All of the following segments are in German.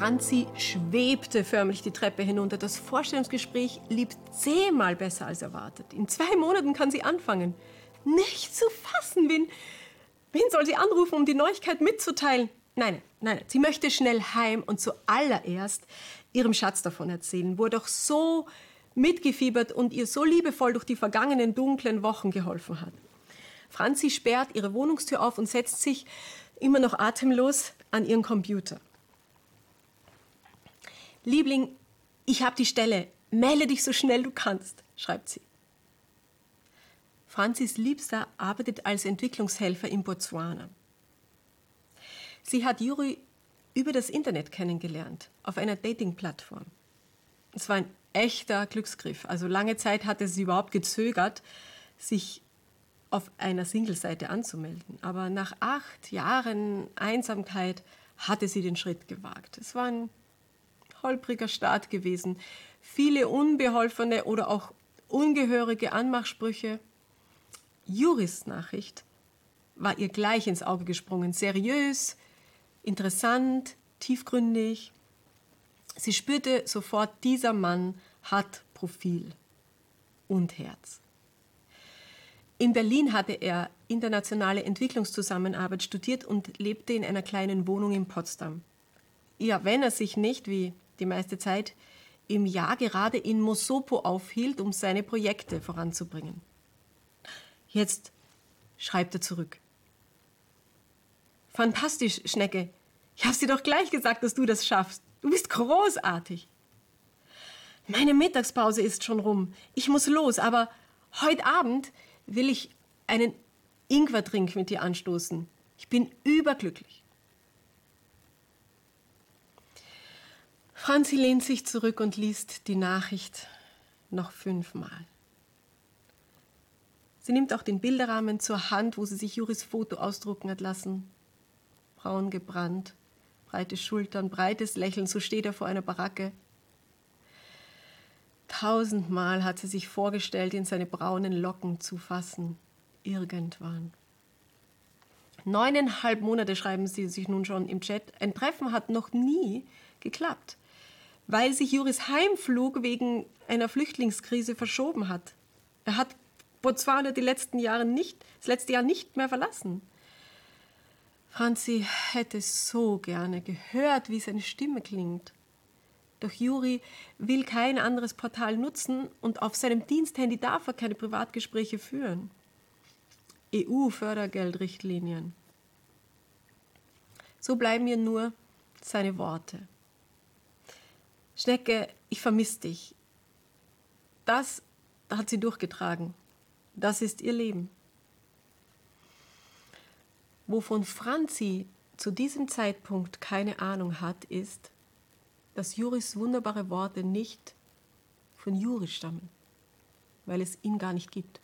Franzi schwebte förmlich die Treppe hinunter. Das Vorstellungsgespräch lief 10-mal besser als erwartet. In 2 Monaten kann sie anfangen. Nicht zu fassen, wen soll sie anrufen, um die Neuigkeit mitzuteilen? Nein, sie möchte schnell heim und zuallererst ihrem Schatz davon erzählen, wo er doch so mitgefiebert und ihr so liebevoll durch die vergangenen dunklen Wochen geholfen hat. Franzi sperrt ihre Wohnungstür auf und setzt sich, immer noch atemlos, an ihren Computer. Liebling, ich habe die Stelle. Melde dich so schnell du kannst, schreibt sie. Franzis Liebster arbeitet als Entwicklungshelfer in Botswana. Sie hat Juri über das Internet kennengelernt, auf einer Dating-Plattform. Es war ein echter Glücksgriff. Also lange Zeit hatte sie überhaupt gezögert, sich auf einer Single-Seite anzumelden. Aber nach 8 Jahren Einsamkeit hatte sie den Schritt gewagt. Es war ein holpriger Start gewesen. Viele unbeholfene oder auch ungehörige Anmachsprüche. Juris Nachricht war ihr gleich ins Auge gesprungen. Seriös, interessant, tiefgründig. Sie spürte sofort, dieser Mann hat Profil und Herz. In Berlin hatte er internationale Entwicklungszusammenarbeit studiert und lebte in einer kleinen Wohnung in Potsdam. Ja, wenn er sich nicht, wie die meiste Zeit, im Jahr gerade in Mosopo aufhielt, um seine Projekte voranzubringen. Jetzt schreibt er zurück. Fantastisch, Schnecke. Ich hab's dir doch gleich gesagt, dass du das schaffst. Du bist großartig. Meine Mittagspause ist schon rum. Ich muss los, aber heute Abend will ich einen Ingwertrink mit dir anstoßen. Ich bin überglücklich. Franzi lehnt sich zurück und liest die Nachricht noch 5-mal. Sie nimmt auch den Bilderrahmen zur Hand, wo sie sich Juris Foto ausdrucken hat lassen. Braun gebrannt, breite Schultern, breites Lächeln, so steht er vor einer Baracke. 1000-mal hat sie sich vorgestellt, in seine braunen Locken zu fassen. Irgendwann. 9,5 Monate, schreiben sie sich nun schon im Chat. Ein Treffen hat noch nie geklappt, weil sich Juris Heimflug wegen einer Flüchtlingskrise verschoben hat. Er hat Botswana das letzte Jahr nicht mehr verlassen. Franzi hätte so gerne gehört, wie seine Stimme klingt. Doch Juri will kein anderes Portal nutzen und auf seinem Diensthandy darf er keine Privatgespräche führen. EU-Fördergeldrichtlinien. So bleiben mir nur seine Worte. Schnecke, ich vermisse dich. Das hat sie durchgetragen. Das ist ihr Leben. Wovon Franzi zu diesem Zeitpunkt keine Ahnung hat, ist, dass Juris wunderbare Worte nicht von Juri stammen, weil es ihn gar nicht gibt.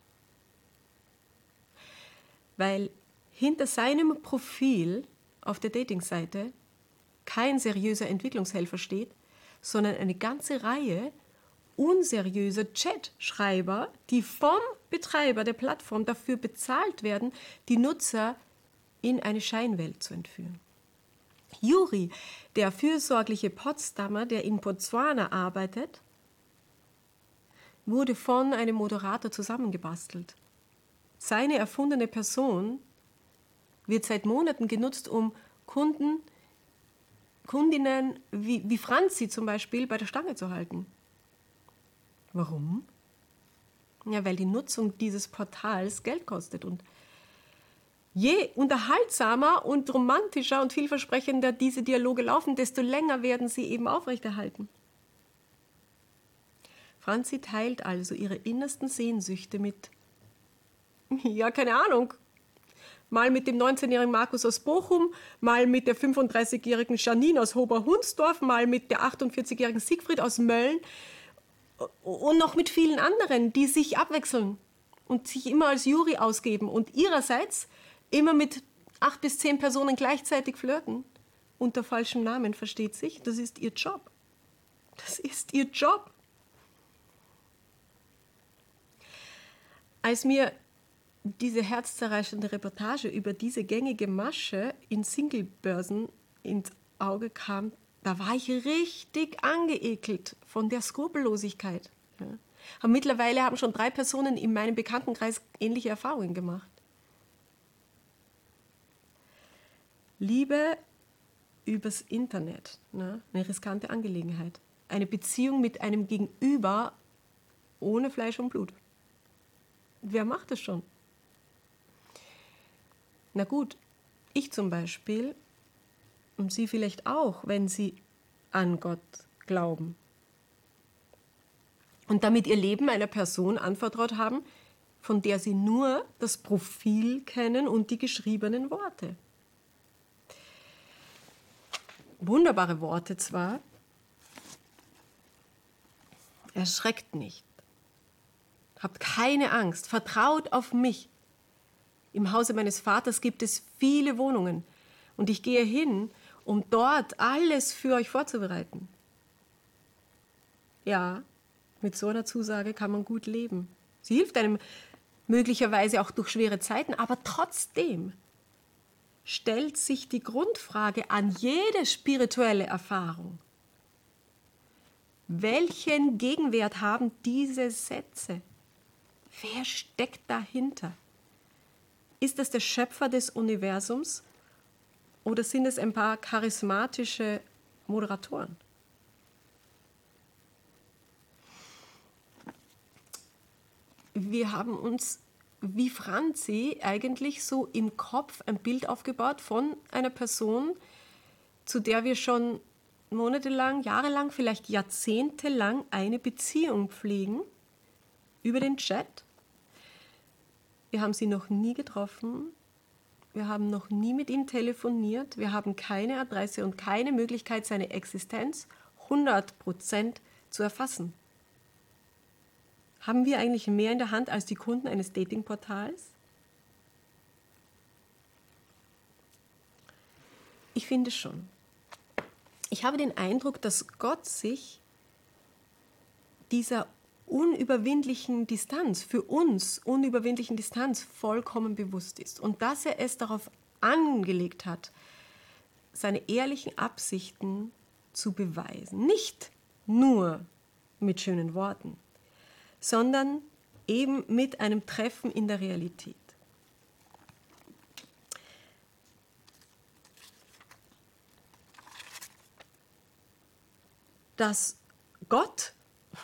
Weil hinter seinem Profil auf der Datingseite kein seriöser Entwicklungshelfer steht, sondern eine ganze Reihe unseriöser Chatschreiber, die vom Betreiber der Plattform dafür bezahlt werden, die Nutzer in eine Scheinwelt zu entführen. Juri, der fürsorgliche Potsdamer, der in Botswana arbeitet, wurde von einem Moderator zusammengebastelt. Seine erfundene Person wird seit Monaten genutzt, um Kundinnen wie Franzi zum Beispiel bei der Stange zu halten. Warum? Ja, weil die Nutzung dieses Portals Geld kostet und je unterhaltsamer und romantischer und vielversprechender diese Dialoge laufen, desto länger werden sie eben aufrechterhalten. Franzi teilt also ihre innersten Sehnsüchte mit, ja, keine Ahnung, mal mit dem 19-jährigen Markus aus Bochum, mal mit der 35-jährigen Janine aus Hober-Hunsdorf, mal mit der 48-jährigen Siegfried aus Mölln und noch mit vielen anderen, die sich abwechseln und sich immer als Juri ausgeben und ihrerseits immer mit 8 bis 10 Personen gleichzeitig flirten. Unter falschem Namen, versteht sich. Das ist ihr Job. Das ist ihr Job. Als mir diese herzzerreißende Reportage über diese gängige Masche in Singlebörsen ins Auge kam, Da war ich richtig angeekelt von der Skrupellosigkeit. Ja. Aber mittlerweile haben schon 3 Personen in meinem Bekanntenkreis ähnliche Erfahrungen gemacht. Liebe übers Internet, ne? Eine riskante Angelegenheit. Eine Beziehung mit einem Gegenüber ohne Fleisch und Blut. Wer macht das schon? Na gut, ich zum Beispiel und Sie vielleicht auch, wenn Sie an Gott glauben. Und damit Ihr Leben einer Person anvertraut haben, von der Sie nur das Profil kennen und die geschriebenen Worte. Wunderbare Worte zwar, erschreckt nicht. Habt keine Angst, vertraut auf mich. Im Hause meines Vaters gibt es viele Wohnungen und ich gehe hin, um dort alles für euch vorzubereiten. Ja, mit so einer Zusage kann man gut leben. Sie hilft einem möglicherweise auch durch schwere Zeiten, aber trotzdem stellt sich die Grundfrage an jede spirituelle Erfahrung. Welchen Gegenwert haben diese Sätze? Wer steckt dahinter? Ist es der Schöpfer des Universums oder sind es ein paar charismatische Moderatoren? Wir haben uns wie Franzi eigentlich so im Kopf ein Bild aufgebaut von einer Person, zu der wir schon monatelang, jahrelang, vielleicht jahrzehntelang eine Beziehung pflegen über den Chat. Wir haben sie noch nie getroffen, wir haben noch nie mit ihm telefoniert, wir haben keine Adresse und keine Möglichkeit, seine Existenz 100% zu erfassen. Haben wir eigentlich mehr in der Hand als die Kunden eines Datingportals? Ich finde schon. Ich habe den Eindruck, dass Gott sich dieser unüberwindlichen Distanz, für uns unüberwindlichen Distanz vollkommen bewusst ist und dass er es darauf angelegt hat, seine ehrlichen Absichten zu beweisen. Nicht nur mit schönen Worten, sondern eben mit einem Treffen in der Realität. Dass Gott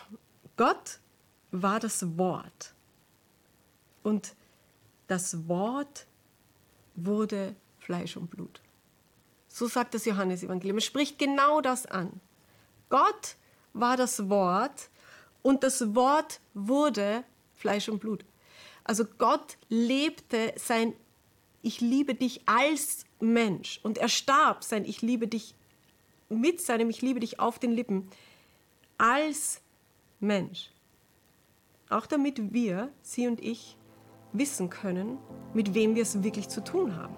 war das Wort und das Wort wurde Fleisch und Blut. So sagt das Johannesevangelium. Es spricht genau das an. Gott war das Wort und das Wort wurde Fleisch und Blut. Also Gott lebte sein Ich liebe dich als Mensch und er starb sein Ich liebe dich mit seinem Ich liebe dich auf den Lippen als Mensch. Auch damit wir, Sie und ich, wissen können, mit wem wir es wirklich zu tun haben.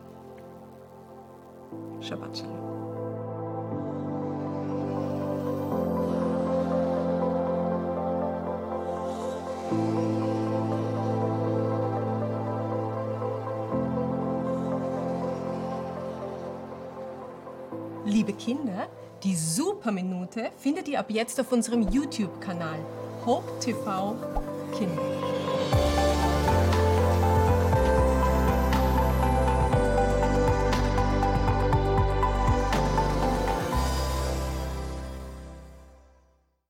Shabbat Shalom. Liebe Kinder, die Superminute findet ihr ab jetzt auf unserem YouTube-Kanal Hope TV Kinder.